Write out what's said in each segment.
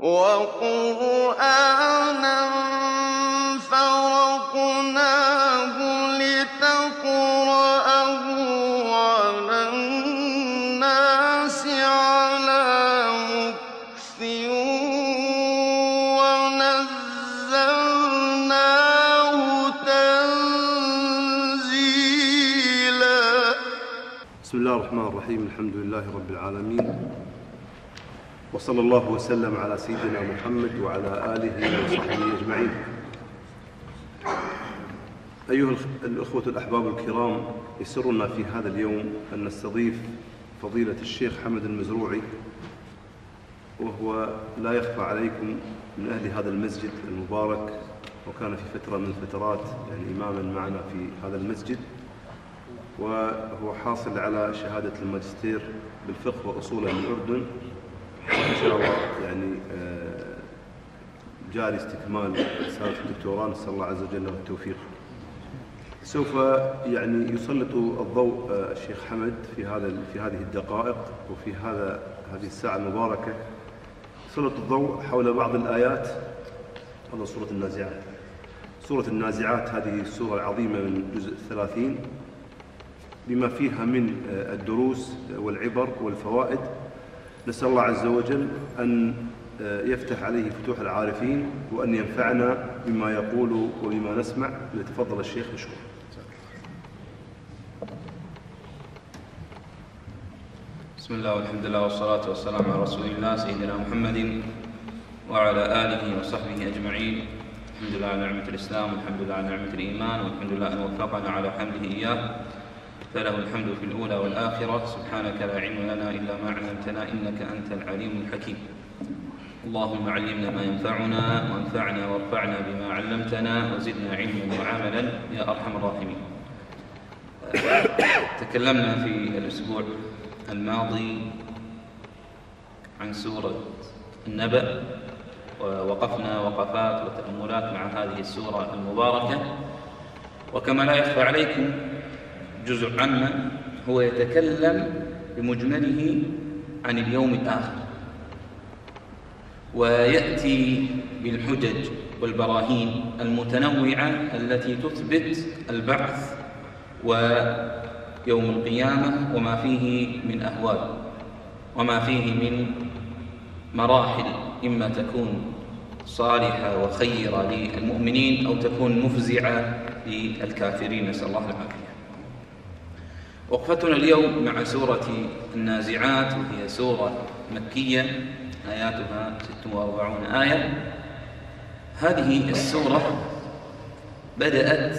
وَقُرْآنًا فَرَقْنَاهُ لِتَقْرَأَهُ عَلَى النَّاسِ عَلَىٰ مُكْثٍ وَنَزَّلْنَاهُ تَنزِيلًا. بسم الله الرحمن الرحيم. الحمد لله رب العالمين، وصلى الله وسلم على سيدنا محمد وعلى آله وصحبه أجمعين. أيها الأخوة الأحباب الكرام، يسرنا في هذا اليوم أن نستضيف فضيلة الشيخ حمد المزروعي، وهو لا يخفى عليكم من أهل هذا المسجد المبارك، وكان في فترة من الفترات إماما معنا في هذا المسجد، وهو حاصل على شهادة الماجستير بالفقه وأصوله من الأردن، وإن شاء الله جاري استكمال رسالة الدكتوراه، نسأل الله عز وجل التوفيق. سوف يسلط الضوء الشيخ حمد في هذه الدقائق وفي هذه الساعة المباركة، يسلط الضوء حول بعض الآيات من سورة النازعات. سورة النازعات هذه السورة العظيمة من جزء 30 بما فيها من الدروس والعبر والفوائد. نسأل الله عز وجل أن يفتح عليه فتوح العارفين، وأن ينفعنا بما يقول وبما نسمع. ليتفضل الشيخ مشكور. بسم الله والحمد لله والصلاة والسلام على رسول الله سيدنا محمد وعلى آله وصحبه أجمعين. الحمد لله على نعمة الإسلام، والحمد لله على نعمة الإيمان، والحمد لله أن وفقنا على حمده إياه، فله الحمد في الأولى والآخرة. سبحانك لا علم لنا إلا ما علمتنا، إنك أنت العليم الحكيم. اللهم علمنا ما ينفعنا، وانفعنا وارفعنا بما علمتنا، وزدنا علما وعملا يا أرحم الراحمين. تكلمنا في الأسبوع الماضي عن سورة النبأ، ووقفنا وقفات وتأملات مع هذه السورة المباركة. وكما لا يخفى عليكم، جزء عنا هو يتكلم بمجمله عن اليوم الآخر، ويأتي بالحجج والبراهين المتنوعة التي تثبت البعث ويوم القيامة، وما فيه من أهوال، وما فيه من مراحل، إما تكون صالحة وخيرة للمؤمنين، أو تكون مفزعة للكافرين، نسأل الله العافية. وقفتنا اليوم مع سورة النازعات، وهي سورة مكية آياتها 46 آية. هذه السورة بدأت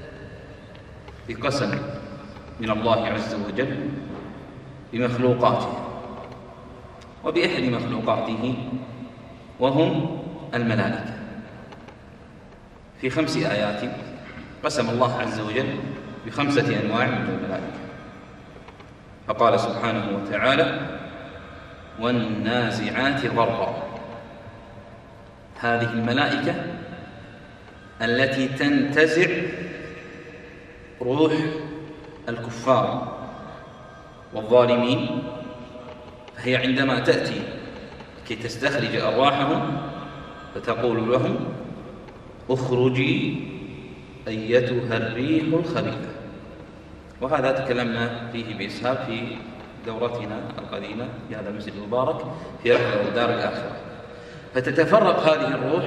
بقسم من الله عز وجل بمخلوقاته، وبأحد مخلوقاته وهم الملائكة. في 5 آيات قسم الله عز وجل ب5 أنواع من الملائكة، فقال سبحانه وتعالى: والنازعات غرقا. هذه الملائكة التي تنتزع روح الكفار والظالمين، هي عندما تأتي كي تستخرج أرواحهم فتقول لهم: اخرجي أيتها الريح الخبيثة. وهذا تكلمنا فيه بإسهاب في دورتنا القديمة في هذا المسجد المبارك في رحلة الدار الآخرة. فتتفرق هذه الروح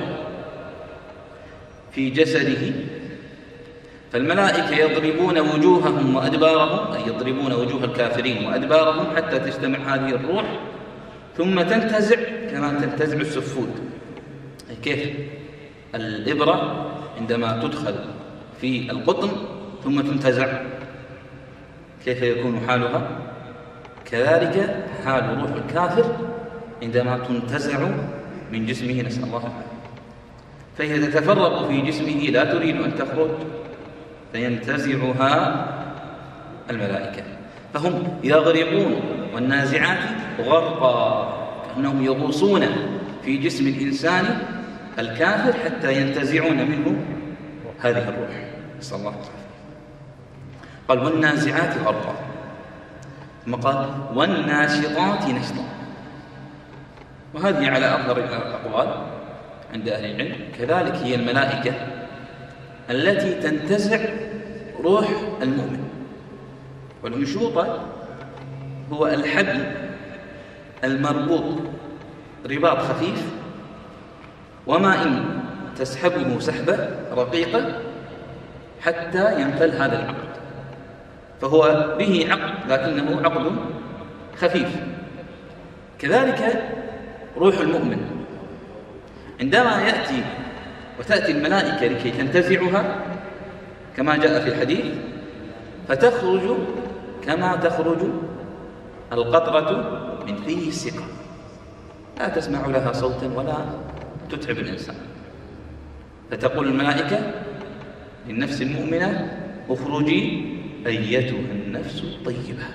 في جسده، فالملائكة يضربون وجوههم وأدبارهم، أي يضربون وجوه الكافرين وأدبارهم، حتى تجتمع هذه الروح ثم تنتزع كما تنتزع السفود. كيف الإبرة عندما تدخل في القطن ثم تنتزع، كيف يكون حالها؟ كذلك حال روح الكافر عندما تنتزع من جسمه، نسأل الله العافية. فهي تتفرق في جسمه، لا تريد أن تخرج، فينتزعها الملائكة، فهم يغرقون. والنازعات غرقا، كأنهم يغوصون في جسم الإنسان الكافر حتى ينتزعون منه هذه الروح، نسأل الله العافية. قال: والنازعات غرقا، ثم قال: والناشطات نشطا. وهذه على أظهر الأقوال عند أهل العلم. كذلك هي الملائكة التي تنتزع روح المؤمن. والأنشوطة هو الحبل المربوط رباط خفيف، وما إن تسحبه سحبة رقيقة حتى ينفل هذا العقد، فهو به عقد لكنه عقد خفيف. كذلك روح المؤمن عندما تأتي الملائكة لكي تنتزعها كما جاء في الحديث، فتخرج كما تخرج القطرة من فيه السقا، لا تسمع لها صوتا ولا تتعب الإنسان. فتقول الملائكة للنفس المؤمنة: اخرجي أيتها النفس الطيبة.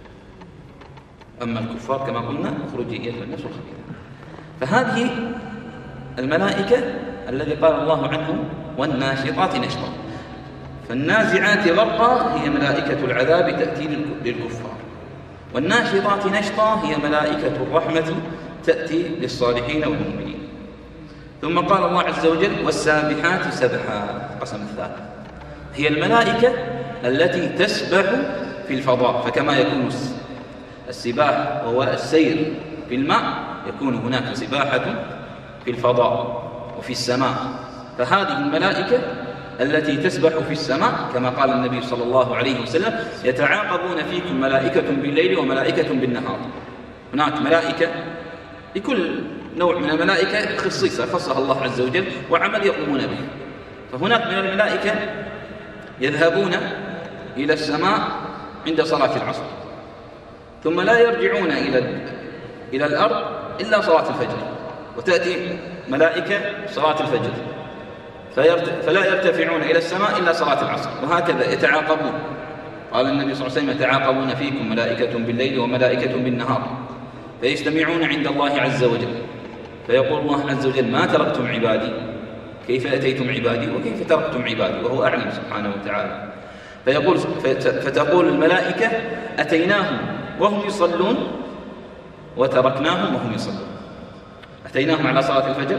أما الكفار كما قلنا: اخرجي أيتها النفس الخبيثة. فهذه الملائكة الذي قال الله عنهم: والناشطات نشطا. فالنازعات غرقا هي ملائكة العذاب تأتي للكفار، والناشطات نشطا هي ملائكة الرحمة تأتي للصالحين والمؤمنين. ثم قال الله عز وجل: والسابحات سبحا، قسم الثالث، هي الملائكة التي تسبح في الفضاء. فكما يكون السباح وهو السير في الماء، يكون هناك سباحة في الفضاء وفي السماء. فهذه الملائكة التي تسبح في السماء كما قال النبي صلى الله عليه وسلم: يتعاقبون فيكم ملائكة بالليل وملائكة بالنهار. هناك ملائكة لكل نوع من الملائكة خصيصة خصها الله عز وجل وعمل يقومون به. فهناك من الملائكة يذهبون إلى السماء عند صلاة العصر، ثم لا يرجعون إلى الأرض إلا صلاة الفجر، وتأتي ملائكة صلاة الفجر فلا يرتفعون إلى السماء إلا صلاة العصر، وهكذا يتعاقبون. قال النبي صلى الله عليه وسلم: يتعاقبون فيكم ملائكة بالليل وملائكة بالنهار، فيجتمعون عند الله عز وجل، فيقول الله عز وجل: ما تركتم عبادي؟ كيف أتيتم عبادي وكيف تركتم عبادي؟ وهو أعلم سبحانه وتعالى. فتقول الملائكة: أتيناهم وهم يصلون وتركناهم وهم يصلون. أتيناهم على صلاة الفجر،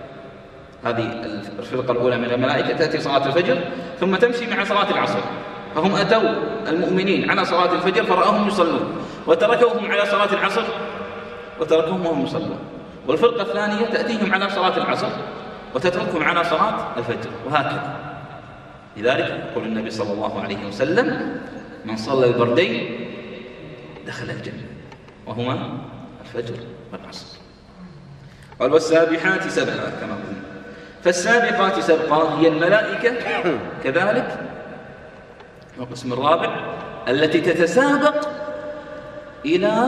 هذه الفرقة الأولى من الملائكة تأتي صلاة الفجر ثم تمشي مع صلاة العصر، فهم أتوا المؤمنين على صلاة الفجر فرأوهم يصلون، وتركوهم على صلاة العصر وتركوهم وهم يصلون. والفرقة الثانية تأتيهم على صلاة العصر وتتركهم على صلاة الفجر، وهكذا. لذلك يقول النبي صلى الله عليه وسلم: من صلى البردين دخل الجنة، وهما الفجر والعصر. قال: والسابحات سبحا كما قلنا. فالسابقات سبقا هي الملائكة كذلك، والقسم الرابع التي تتسابق إلى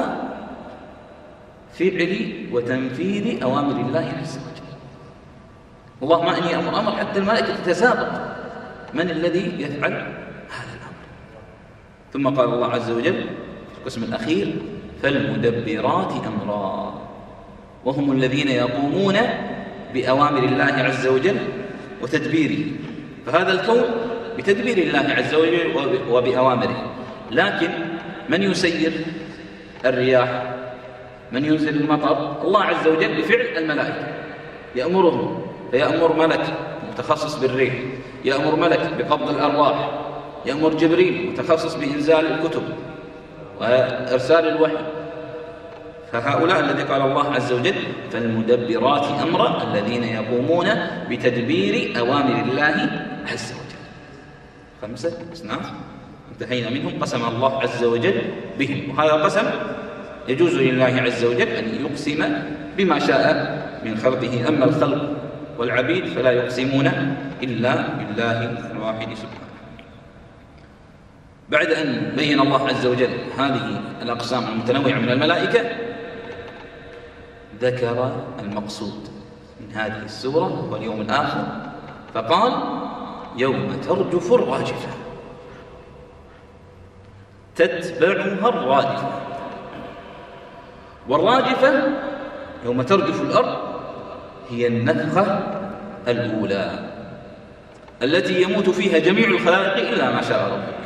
فعل وتنفيذ أوامر الله عز وجل. والله ما إني أمر حتى الملائكة تتسابق من الذي يفعل هذا الأمر. ثم قال الله عز وجل في القسم الأخير: فالمدبرات أمرا، وهم الذين يقومون بأوامر الله عز وجل وتدبيره. فهذا الكون بتدبير الله عز وجل وبأوامره. لكن من يسير الرياح، من ينزل المطر؟ الله عز وجل بفعل الملائكة، يأمرهم، فيأمر ملك متخصص بالريح، يأمر ملك بقبض الأرواح، يأمر جبريل متخصص بإنزال الكتب وإرسال الوحي. فهؤلاء الذي قال الله عز وجل: فالمدبرات أمرا، الذين يقومون بتدبير أوامر الله عز وجل. 5 أصناف انتهينا منهم، قسم الله عز وجل بهم. وهذا القسم يجوز لله عز وجل أن يقسم بما شاء من خلقه، أما الخلق والعبيد فلا يقسمون إلا بالله الواحد سبحانه. بعد أن بين الله عز وجل هذه الأقسام المتنوعة من الملائكة، ذكر المقصود من هذه السورة واليوم الآخر، فقال: يوم ترجف الراجفة تتبعها الرادفة. والراجفة يوم ترجف الأرض هي النفخة الأولى التي يموت فيها جميع الخلائق إلا ما شاء ربك.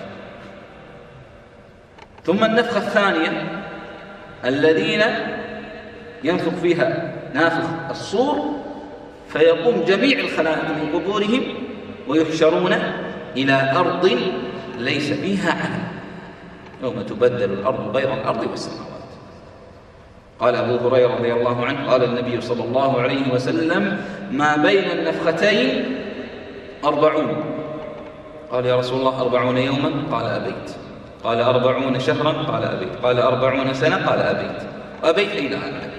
ثم النفخة الثانية الذين ينفخ فيها نافخ الصور فيقوم جميع الخلائق من قبورهم ويحشرون إلى أرض ليس فيها علم، يوم تبدل الأرض غير الأرض والسماوات. قال أبو هريرة رضي الله عنه قال النبي صلى الله عليه وسلم: ما بين النفختين 40. قال: يا رسول الله 40 يوما؟ قال: أبيت. قال: 40 شهرا؟ قال: أبيت. قال: 40 سنة؟ قال: أبيت. أبيت إلى أن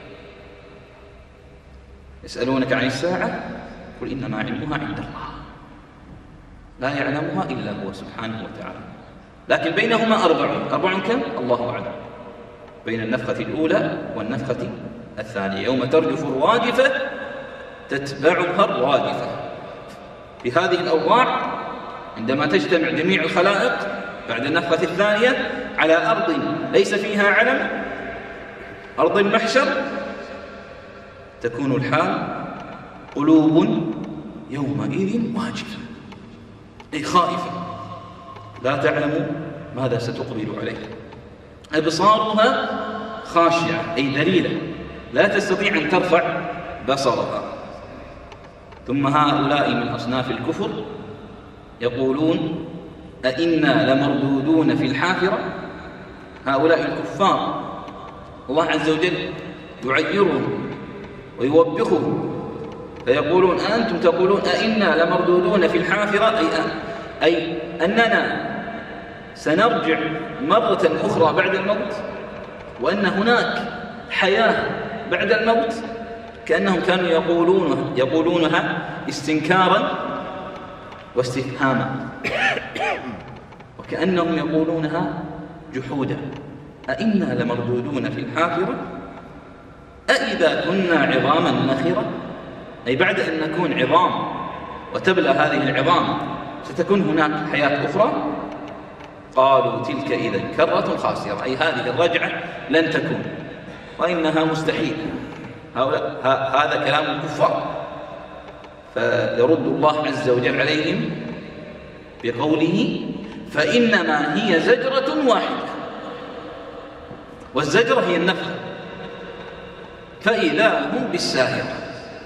يسألونك عن الساعة قل إنما علمها عند الله لا يعلمها إلا هو سبحانه وتعالى. لكن بينهما 40 كم؟ الله أعلم. بين النفخة الأولى والنفخة الثانية، يوم ترجف الراجفة تتبعها الرادفة. بهذه الأوضاع عندما تجتمع جميع الخلائق بعد النفخة الثانية على أرض ليس فيها علم، أرض المحشر، تكون الحال قلوب يومئذ واجفة، أي خائفة لا تعلم ماذا ستقبل عليه، أبصارها خاشعة أي ذليلة لا تستطيع أن ترفع بصرها. ثم هؤلاء من أصناف الكفر يقولون: أئنا لمردودون في الحافرة. هؤلاء الكفار الله عز وجل يعيرهم ويوبخهم فيقولون: أنتم تقولون أئنا لمردودون في الحافرة، أي أننا سنرجع مرة أخرى بعد الموت، وأن هناك حياة بعد الموت. كأنهم كانوا يقولونها استنكارا واستفهاما، وكأنهم يقولونها جحودا. أئنا لمردودون في الحافرة أئذا كنا عظاما نخرة، أي بعد أن نكون عظام وتبلى هذه العظام ستكون هناك حياة أخرى. قالوا: تلك إذا كرة خاسرة، أي هذه الرجعة لن تكون وإنها مستحيل. هذا كلام الكفار. فيرد الله عز وجل عليهم بقوله: فإنما هي زجرة واحدة، والزجرة هي النفخ، فإذا هم بالساهرة.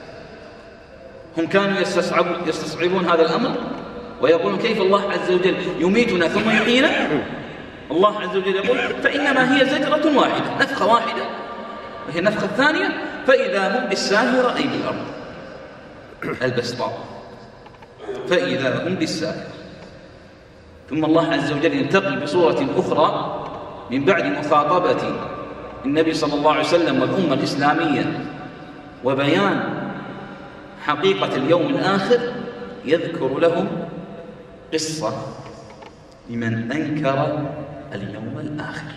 هم كانوا يستصعبون هذا الأمر ويقولون: كيف الله عز وجل يميتنا ثم يحيينا؟ الله عز وجل يقول: فإنما هي زجرة واحدة، نفخة واحدة، وهي النفخة الثانية، فإذا هم بالساهرة أي بالأرض البسطاء، فإذا هم بالساهرة. ثم الله عز وجل ينتقل بصورة أخرى من بعد مخاطبة النبي صلى الله عليه وسلم والأمة الإسلامية وبيان حقيقة اليوم الآخر، يذكر لهم قصة لمن أنكر اليوم الآخر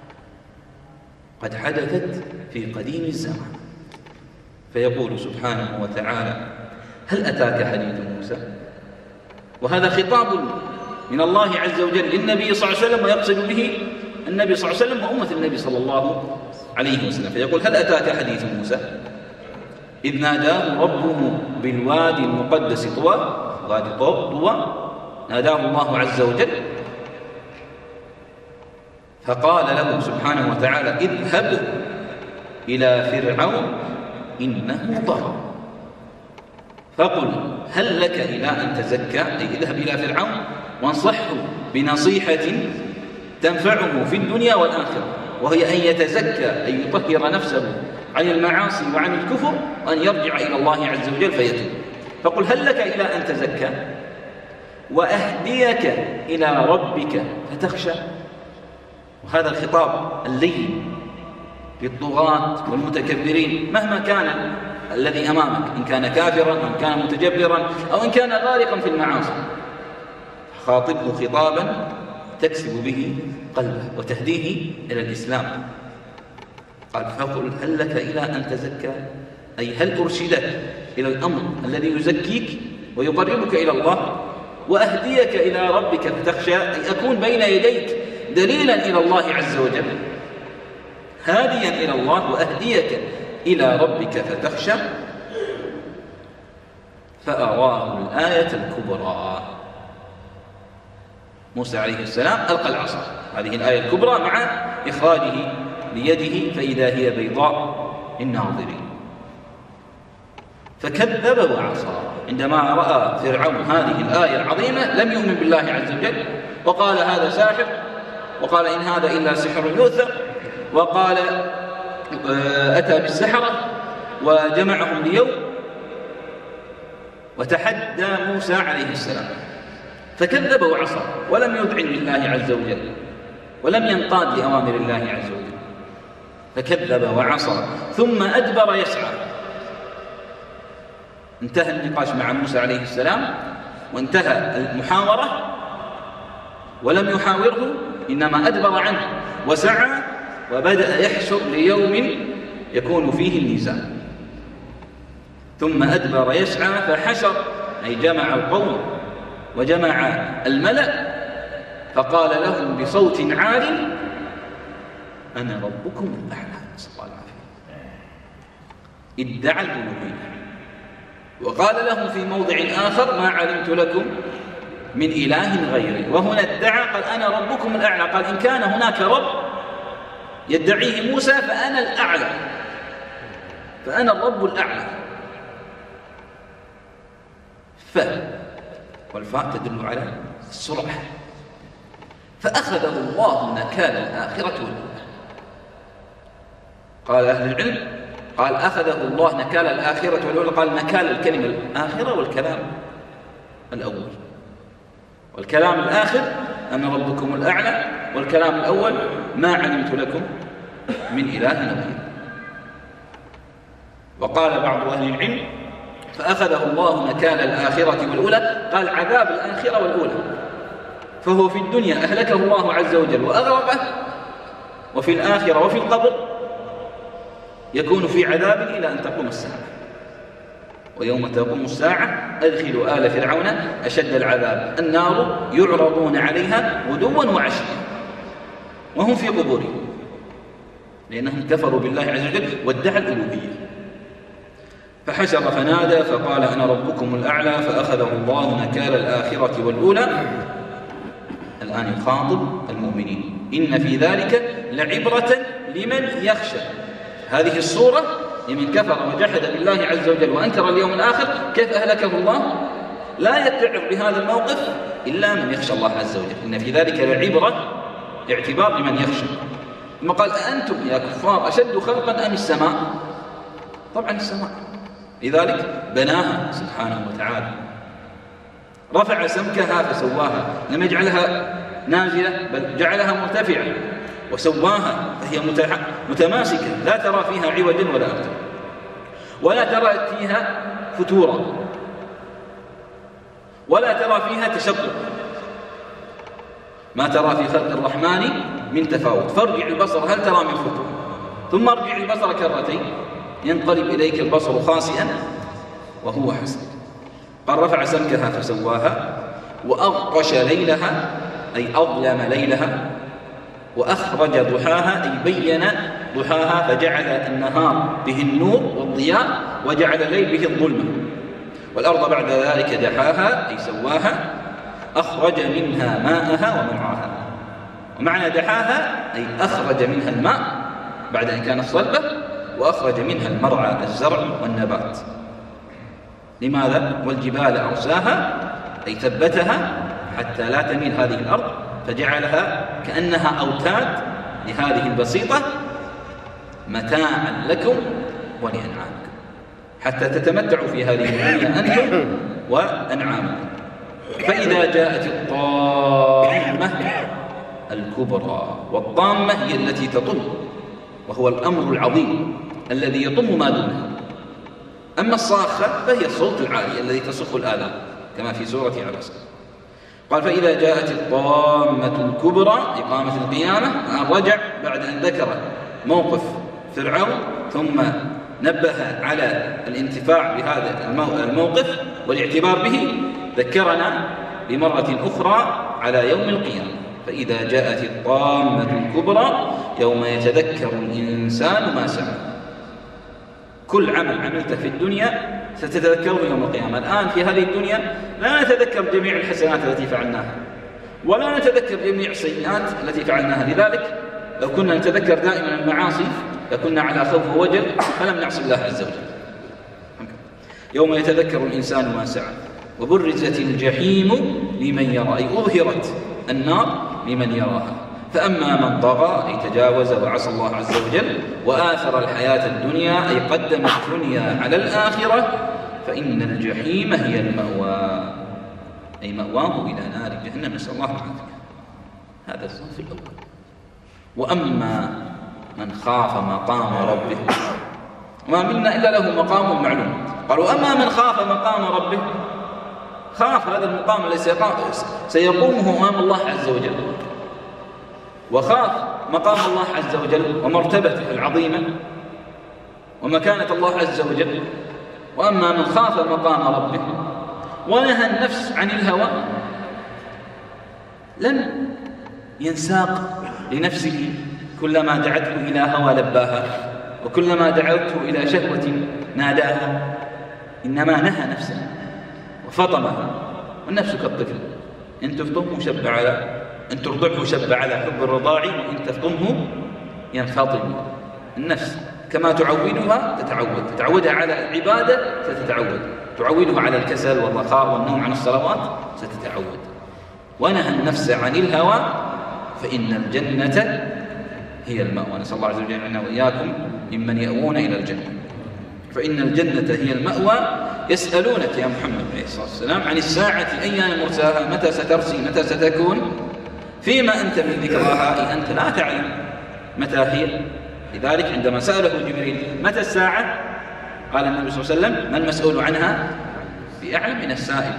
قد حدثت في قديم الزمان. فيقول سبحانه وتعالى: هل أتاك حديث موسى؟ وهذا خطاب من الله عز وجل للنبي صلى الله عليه وسلم، ويقصد به النبي صلى الله عليه وسلم وأمة النبي صلى الله عليه وسلم. فيقول: هل أتاك حديث موسى إذ ناداه ربه بالوادي المقدس طوى، وادي طوى ناداه الله عز وجل، فقال له سبحانه وتعالى: اذهب إلى فرعون إنه طغى فقل هل لك إلى أن تزكى، أي اذهب إلى فرعون وانصحه بنصيحة تنفعه في الدنيا والآخرة، وهي أن يتزكى، أن يطهر نفسه عن المعاصي وعن الكفر، وأن يرجع إلى الله عز وجل فيتوب. فقل هل لك إلى أن تزكى وأهديك إلى ربك فتخشى. وهذا الخطاب اللين للطغاة والمتكبرين مهما كان الذي أمامك، إن كان كافرا أو إن كان متجبرا أو إن كان غارقا في المعاصي، خاطبه خطابا تكسب به قلبه وتهديه إلى الإسلام. قال: فقل هل لك إلى أن تزكى، أي هل أرشدك إلى الأمر الذي يزكيك ويقربك إلى الله، وأهديك إلى ربك فتخشى، أي أكون بين يديك دليلا إلى الله عز وجل، هاديا إلى الله، وأهديك إلى ربك فتخشى. فأراه الآية الكبرى. موسى عليه السلام ألقى العصا، هذه الآية الكبرى، مع إخراجه ليده فإذا هي بيضاء للناظرين. فكذب وعصى. عندما رأى فرعون هذه الآية العظيمة لم يؤمن بالله عز وجل، وقال هذا ساحر، وقال إن هذا إلا سحر يؤثر، وقال أتى بالسحرة وجمعهم ليوم، وتحدى موسى عليه السلام، فكذب وعصى ولم يذعن لله عز وجل ولم ينقاد لأوامر الله عز وجل، فكذب وعصى ثم أدبر يسعى. انتهى النقاش مع موسى عليه السلام وانتهى المحاورة، ولم يحاوره إنما أدبر عنه وسعى وبدأ يحشر ليوم يكون فيه الميزان. ثم أدبر يسعى فحشر، أي جمع القوم وجمع الملأ، فقال لهم بصوت عال أنا ربكم الأعلى. نسأل الله العافية. ادعى الألوهية، وقال لهم في موضع آخر ما علمت لكم من إله غيري. وهنا ادعى قال أنا ربكم الأعلى، قال إن كان هناك رب يدعيه موسى فأنا الأعلى، فأنا الرب الأعلى. والفاء تدل على السرعة. فأخذه الله نكال الآخرة والأولى. قال أهل العلم قال أخذه الله نكال الآخرة والأولى، قال نكال الكلمة الآخرة والكلام الأول. والكلام الآخر أنا ربكم الأعلى، والكلام الأول ما علمت لكم من إله غيري. وقال بعض أهل العلم فأخذه الله نكال الآخرة والأولى، قال عذاب الآخرة والأولى، فهو في الدنيا أهلكه الله عز وجل وأغرقه، وفي الآخرة وفي القبر يكون في عذاب إلى أن تقوم الساعة. ويوم تقوم الساعة أدخلوا آل فرعون أشد العذاب، النار يعرضون عليها غدوا وعشيا وهم في قبورهم، لأنهم كفروا بالله عز وجل وادعوا الألوهية. فحشر فنادى فقال أنا ربكم الأعلى، فأخذه الله نكال الآخرة والأولى. الآن يخاطب المؤمنين إن في ذلك لعبرة لمن يخشى. هذه الصورة لمن كفر وجحد بالله عز وجل وأنكر اليوم الآخر كيف أهلكه الله، لا يتعظ بهذا الموقف إلا من يخشى الله عز وجل. إن في ذلك لعبرة اعتبار لمن يخشى. ثم قال أأنتم يا كفار أشد خلقا أم السماء؟ طبعا السماء، لذلك بناها سبحانه وتعالى، رفع سمكها فسواها، لم يجعلها نازلة بل جعلها مرتفعة وسواها، فهي متماسكة لا ترى فيها عوجا ولا أمتا، ولا ترى فيها فتورا، ولا ترى فيها تشقق، ما ترى في خلق الرحمن من تفاوت. فارجع البصر هل ترى من فتور، ثم ارجع البصر كرتين ينقلب إليك البصر خاسئا وهو حسن. قال رفع سمكها فسواها وأغطش ليلها أي أظلم ليلها، وأخرج ضحاها أي بين ضحاها، فجعل النهار به النور والضياء وجعل الليل به الظلمة. والأرض بعد ذلك دحاها أي سواها، أخرج منها ماءها ومرعاها. ومعنى دحاها أي أخرج منها الماء بعد أن كانت صلبة، وأخرج منها المرعى الزرع والنبات. لماذا؟ والجبال أرساها أي ثبتها حتى لا تميل هذه الأرض، فجعلها كأنها أوتاد لهذه البسيطة متاعا لكم ولأنعامكم، حتى تتمتعوا في هذه الدنيا أنتم وأنعامكم. فإذا جاءت الطامة الكبرى، والطامة هي التي تطم، وهو الأمر العظيم الذي يطم ما دونه. أما الصاخة فهي الصوت العالي الذي تصخ الآذان كما في سورة عبس. قال فإذا جاءت الطامة الكبرى إقامة القيامة، رجع بعد أن ذكر موقف فرعون ثم نبه على الانتفاع بهذا الموقف والاعتبار به، ذكرنا بمرة أخرى على يوم القيامة. فإذا جاءت الطامة الكبرى يوم يتذكر الإنسان ما سعى. كل عمل عملته في الدنيا ستتذكره يوم القيامة. الآن في هذه الدنيا لا نتذكر جميع الحسنات التي فعلناها، ولا نتذكر جميع السيئات التي فعلناها. لذلك لو كنا نتذكر دائما المعاصي لكنا على خوف ووجل، فلم نعصي الله عز وجل. يوم يتذكر الإنسان ما سعى وبرزت الجحيم لمن يرى، أي أظهرت النار لمن يراها. فأما من طغى أي تجاوز وعصى الله عز وجل وآثر الحياة الدنيا أي قدم الدنيا على الآخرة فإن الجحيم هي المأوى، أي مأواه إلى نار جهنم، نسأل الله العافية. هذا الصنف الأول. وأما من خاف مقام ربه، وما منا إلا له مقام معلوم. قالوا أما من خاف مقام ربه، خاف هذا المقام الذي سيقومه أمام الله عز وجل، وخاف مقام الله عز وجل ومرتبته العظيمة ومكانة الله عز وجل. وأما من خاف مقام ربه ونهى النفس عن الهوى لن ينساق لنفسه كلما دعته إلى هوى لباها وكلما دعوته إلى شهوة ناداها، إنما نهى نفسه وفطمها. والنفس كالطفل، إن تفطمه شب على إن ترضعه شب على حب الرضاع، وإن تفطمه ينفطم. النفس كما تعودها تتعودها على العبادة ستتعود، تعودها على الكسل والرخاء والنوم عن الصلوات ستتعود. ونهى النفس عن الهوى فإن الجنة هي المأوى. نسأل الله عز وجل أن وإياكم ممن يأوون إلى الجنة. فإن الجنة هي المأوى. يسألونك يا محمد عليه الصلاة والسلام عن الساعة أيان مرساها، متى سترسي، متى ستكون، فيما أنت من ذكراها، أنت لا تعلم متى هي. لذلك عندما سأله جبريل متى الساعة قال النبي صلى الله عليه وسلم ما المسؤول عنها بأعلم من السائل.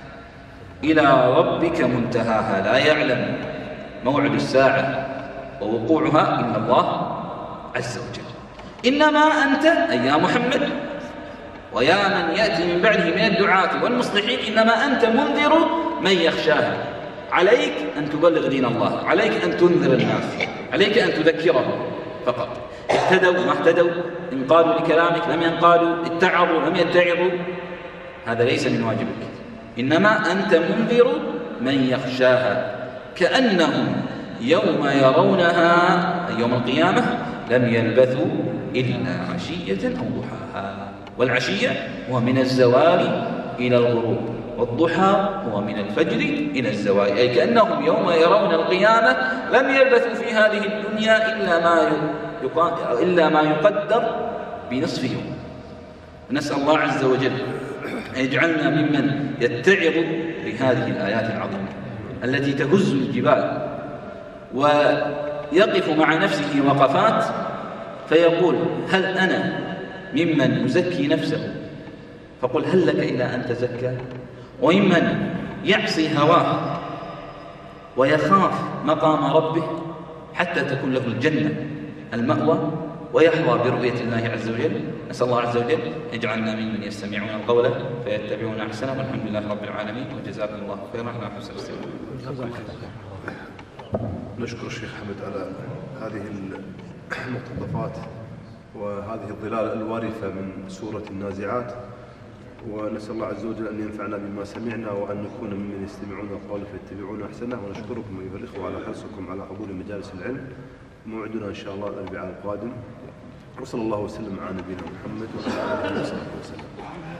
إلى ربك منتهاها، لا يعلم موعد الساعة ووقوعها إلا الله عز وجل. إنما أنت أي يا محمد ويا من يأتي من بعده من الدعاة والمصلحين، إنما أنت منذر من يخشاها. عليك أن تبلغ دين الله، عليك أن تنذر الناس، عليك أن تذكرهم فقط. اهتدوا ما اهتدوا، انقادوا لكلامك لم ينقادوا، اتعظوا لم يتعظوا، هذا ليس من واجبك. إنما أنت منذر من يخشاها، كأنهم يوم يرونها يوم القيامة لم يلبثوا إلا عشية أو ضحاها. والعشية هو من الزوال إلى الغروب، والضحى هو من الفجر إلى الزوال، أي كأنهم يوم يرون القيامة لم يلبثوا في هذه الدنيا إلا ما يقدر بنصف يوم. نسأل الله عز وجل أن يجعلنا ممن يتعظ بهذه الآيات العظيمة التي تهز الجبال، ويقف مع نفسه وقفات فيقول هل أنا ممن يزكي نفسه، فقل هل لك إلى أن تزكى، وممن يعصي هواه ويخاف مقام ربه حتى تكون له الجنة المأوى ويحظى برؤية الله عز وجل. نسأل الله عز وجل يجعلنا ممن يستمعون القول فيتبعون أحسنه، والحمد لله رب العالمين، وجزاكم الله خيرا على حسن الاستماع. نشكر الشيخ حمد على هذه المقتطفات وهذه الظلال الوارفة من سورة النازعات، ونسأل الله عز وجل أن ينفعنا بما سمعنا وأن نكون ممن يستمعون القول فيتبعون أحسنه. ونشكركم أيها الإخوة على حرصكم على حضور مجالس العلم. موعدنا إن شاء الله الأربعاء القادم، وصلى الله وسلم على نبينا محمد وعلى آله وصحبه وسلم.